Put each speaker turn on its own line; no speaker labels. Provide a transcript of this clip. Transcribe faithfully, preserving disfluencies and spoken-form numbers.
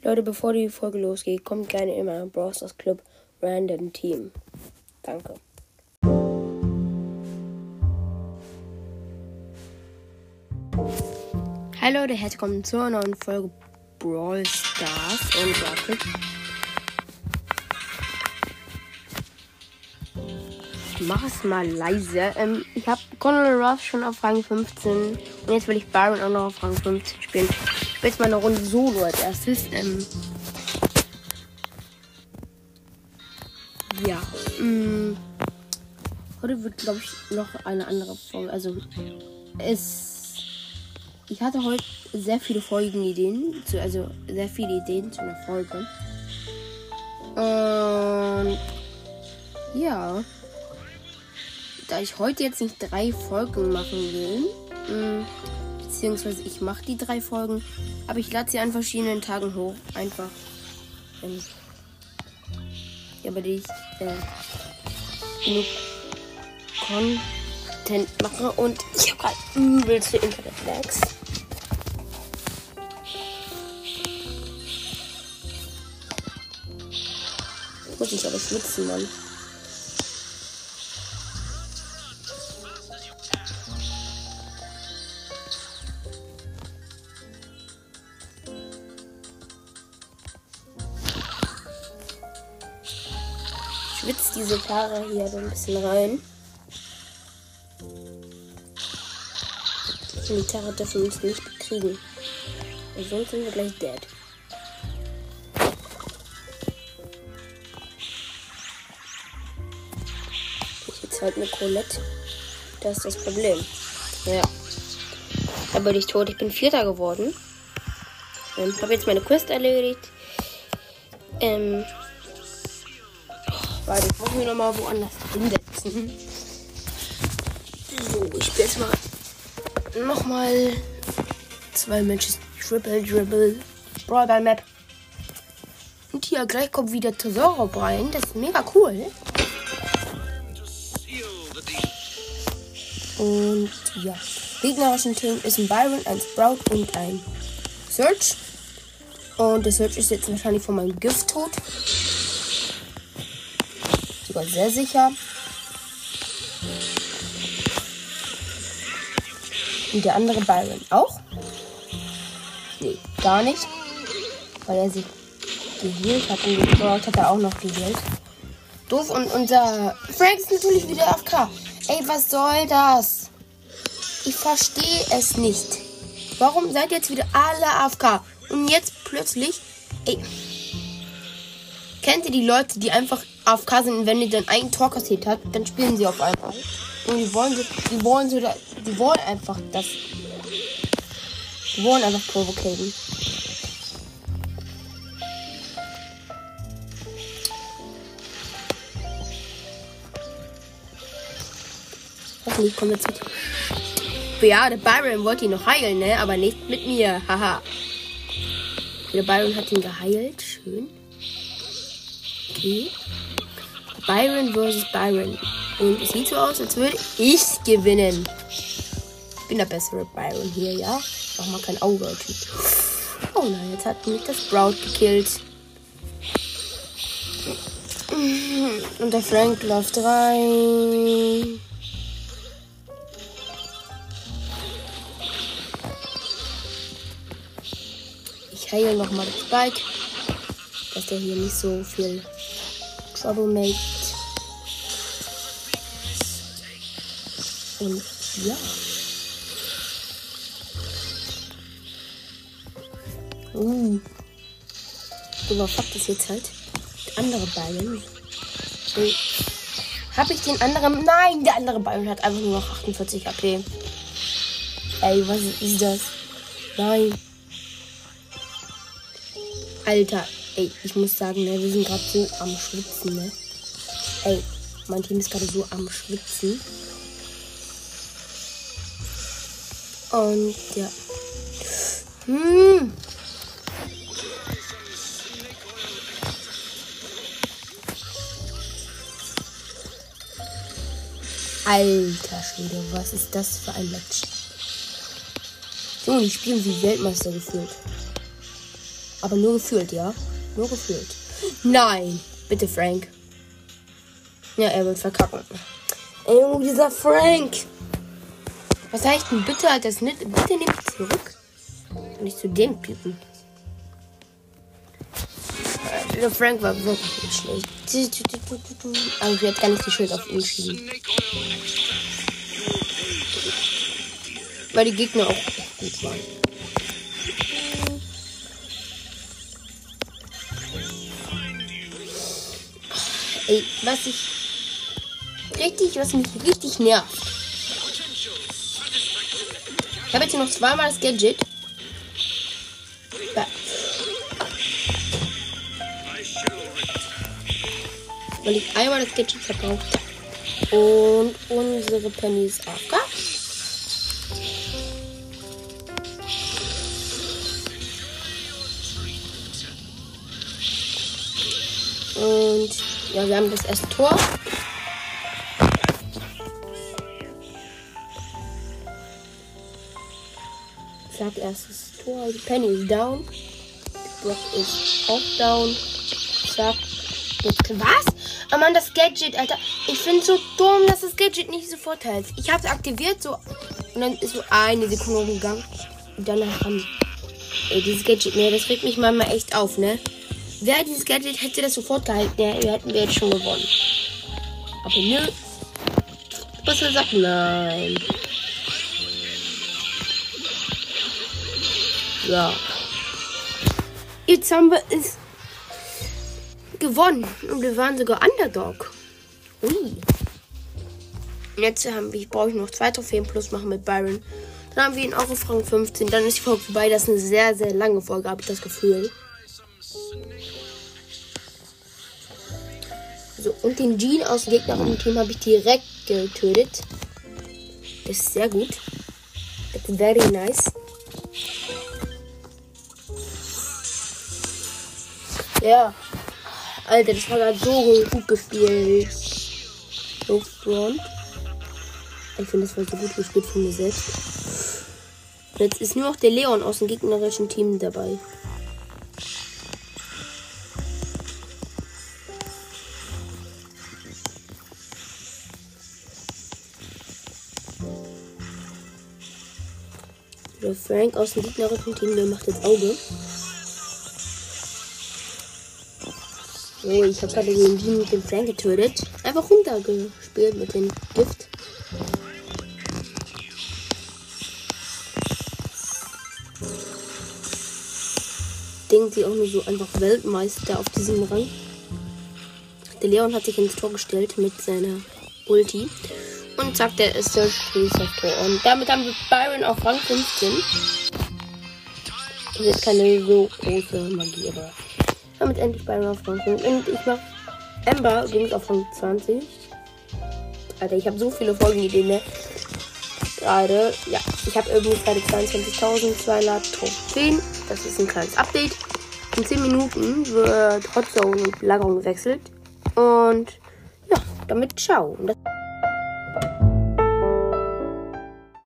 Leute, bevor die Folge losgeht, kommt gerne in meinen Brawl Stars Club Random Team. Danke. Hi Leute, herzlich willkommen zu einer neuen Folge Brawl Stars und Rocket. Ich mache es mal leise. Ähm, ich habe Conor Ruff schon auf Rang fünfzehn und jetzt will ich Byron auch noch auf Rang fünfzehn spielen. Ich spiele jetzt mal eine Runde Solo als erstes. Ähm, ja. Mh, heute wird, glaube ich, noch eine andere Folge. Also, es. Ich hatte heute sehr viele Folgenideen. Zu, also, sehr viele Ideen zu einer Folge. Und. Ja. Da ich heute jetzt nicht drei Folgen machen will, mh, beziehungsweise ich mache die drei Folgen, aber ich lade sie an verschiedenen Tagen hoch. Einfach. Ähm, ja, bei denen ich äh, genug Content mache und ich habe gerade übelste Internet-Lags. Muss ich aber schwitzen, Mann. Schwitzt diese Haare hier so ein bisschen rein. Und die Haare dürfen uns nicht bekriegen. Und sonst sind wir gleich dead. Ich jetzt halt eine Colette. Das ist das Problem. Ja. Da bin ich tot. Ich bin Vierter geworden. Ähm, habe jetzt meine Quest erledigt. Ähm. Warte, ich muss mich nochmal woanders hinsetzen. So, ich spiele jetzt mal nochmal zwei Matches Triple Dribble Brawler Map. Und hier gleich kommt wieder Tesoro rein. Das ist mega cool. Und ja, gegnerischen Team ist ein Byron, ein Sprout und ein Search. Und der Search ist jetzt wahrscheinlich von meinem Gift tot. Sogar sehr sicher. Und der andere Byron auch? Nee, gar nicht. Weil er sich geheilt hat. Und dort hat er auch noch geheilt. Doof. Und unser Frank ist natürlich wieder A F K. Ey, was soll das? Ich verstehe es nicht. Warum seid ihr jetzt wieder alle A F K? Und jetzt plötzlich... Ey... Kennt ihr die Leute, die einfach A F K sind und wenn ihr dann ein Tor kassiert habt, dann spielen sie auf einmal. Und die wollen so, die wollen so, die wollen einfach das. Die wollen einfach provocaten. Hoffentlich kommt jetzt mit. Ja, der Byron wollte ihn noch heilen, ne? Aber nicht mit mir. Haha. Der Byron hat ihn geheilt. Schön. Okay. Byron versus Byron. Und es sieht so aus, als würde ich gewinnen. Ich bin der bessere Byron hier, ja? Mach mal kein Auge, Typ. Oh nein, jetzt hat mich das Sprout gekillt. Und der Frank läuft rein. Ich heile nochmal das Spike. Dass der hier nicht so viel Trouble macht. Und ja. Uh. So, fuck das jetzt halt. Der andere Byron. So. Hab ich den anderen? Nein, der andere Byron hat einfach nur noch achtundvierzig H P. Ey, was ist das? Nein. Alter. Ey, ich muss sagen, ne, wir sind gerade so am Schwitzen, ne? Ey, mein Team ist gerade so am Schwitzen. Und ja. Hm. Alter Schwede, was ist das für ein Match? So, die spielen wie Weltmeister gefühlt. Aber nur gefühlt, ja? Nur gefühlt. Nein. Bitte, Frank. Ja, er wird verkacken. Ey, dieser Frank. Was heißt denn bitte, halt das nicht? Bitte nimm zurück. Nicht zu dem Typen. Der Frank war wirklich nicht schlecht. Aber ich werde gar nicht die Schuld auf ihn schieben. Weil die Gegner auch echt gut waren. Ey, was ich richtig, was mich richtig nervt. Ich habe jetzt hier noch zweimal das Gadget. Ja. Weil ich einmal das Gadget verbraucht habe. Und unsere Penny ist A F K. Und ja, wir haben das erste Tor. Zack, erstes Tor. Die Penny ist down. Die Brock ist auch down. Zack. Was? Oh Mann, das Gadget, Alter. Ich finde es so dumm, dass das Gadget nicht sofort hält. Ich habe es aktiviert, so. Und dann ist so eine Sekunde umgegangen. Und danach haben. Ey, dieses Gadget, ne, das regt mich manchmal echt auf, ne? Wer dieses Gadget hätte das sofort gehalten, ja, hätten wir jetzt schon gewonnen. Aber nö. Was er sagt, nein. Ja. Jetzt haben wir es gewonnen. Und wir waren sogar Underdog. Ui. Jetzt haben wir, ich brauche noch zwei Trophäen plus machen mit Byron. Dann haben wir ihn auch auf Rang fünfzehn. Dann ist die Folge vorbei. Das ist eine sehr, sehr lange Folge, habe ich das Gefühl. So, und den Jean aus dem Gegner-Team habe ich direkt getötet. Das ist sehr gut. That's very nice. Ja. Alter, das war gerade so gut gespielt. So strong. Ich finde, das war so gut gespielt von mir selbst. Und jetzt ist nur noch der Leon aus dem gegnerischen Team dabei. Der Frank aus dem gegnerischen Team, der macht jetzt Auge. So, ich habe gerade den Team mit dem Frank getötet. Einfach runtergespielt mit dem Gift. Denken sie auch nur so einfach Weltmeister auf diesem Rang. Der Leon hat sich ins Tor gestellt mit seiner Ulti. Und zack, der ist der Tor. Und damit haben wir Byron auf Rang fünfzehn. Das ist jetzt keine so große Magie, aber damit endlich Byron auf Rang fünfzehn. Und ich mach Amber übrigens auf Rang zwanzig. Alter, ich habe so viele Folgenideen, ne? Gerade, ja, ich habe übrigens gerade zweiundzwanzigtausendzweihundert Trophäen. Das ist ein kleines Update. In zehn Minuten wird Hotzone und Belagerung gewechselt. Und ja, damit ciao. Und das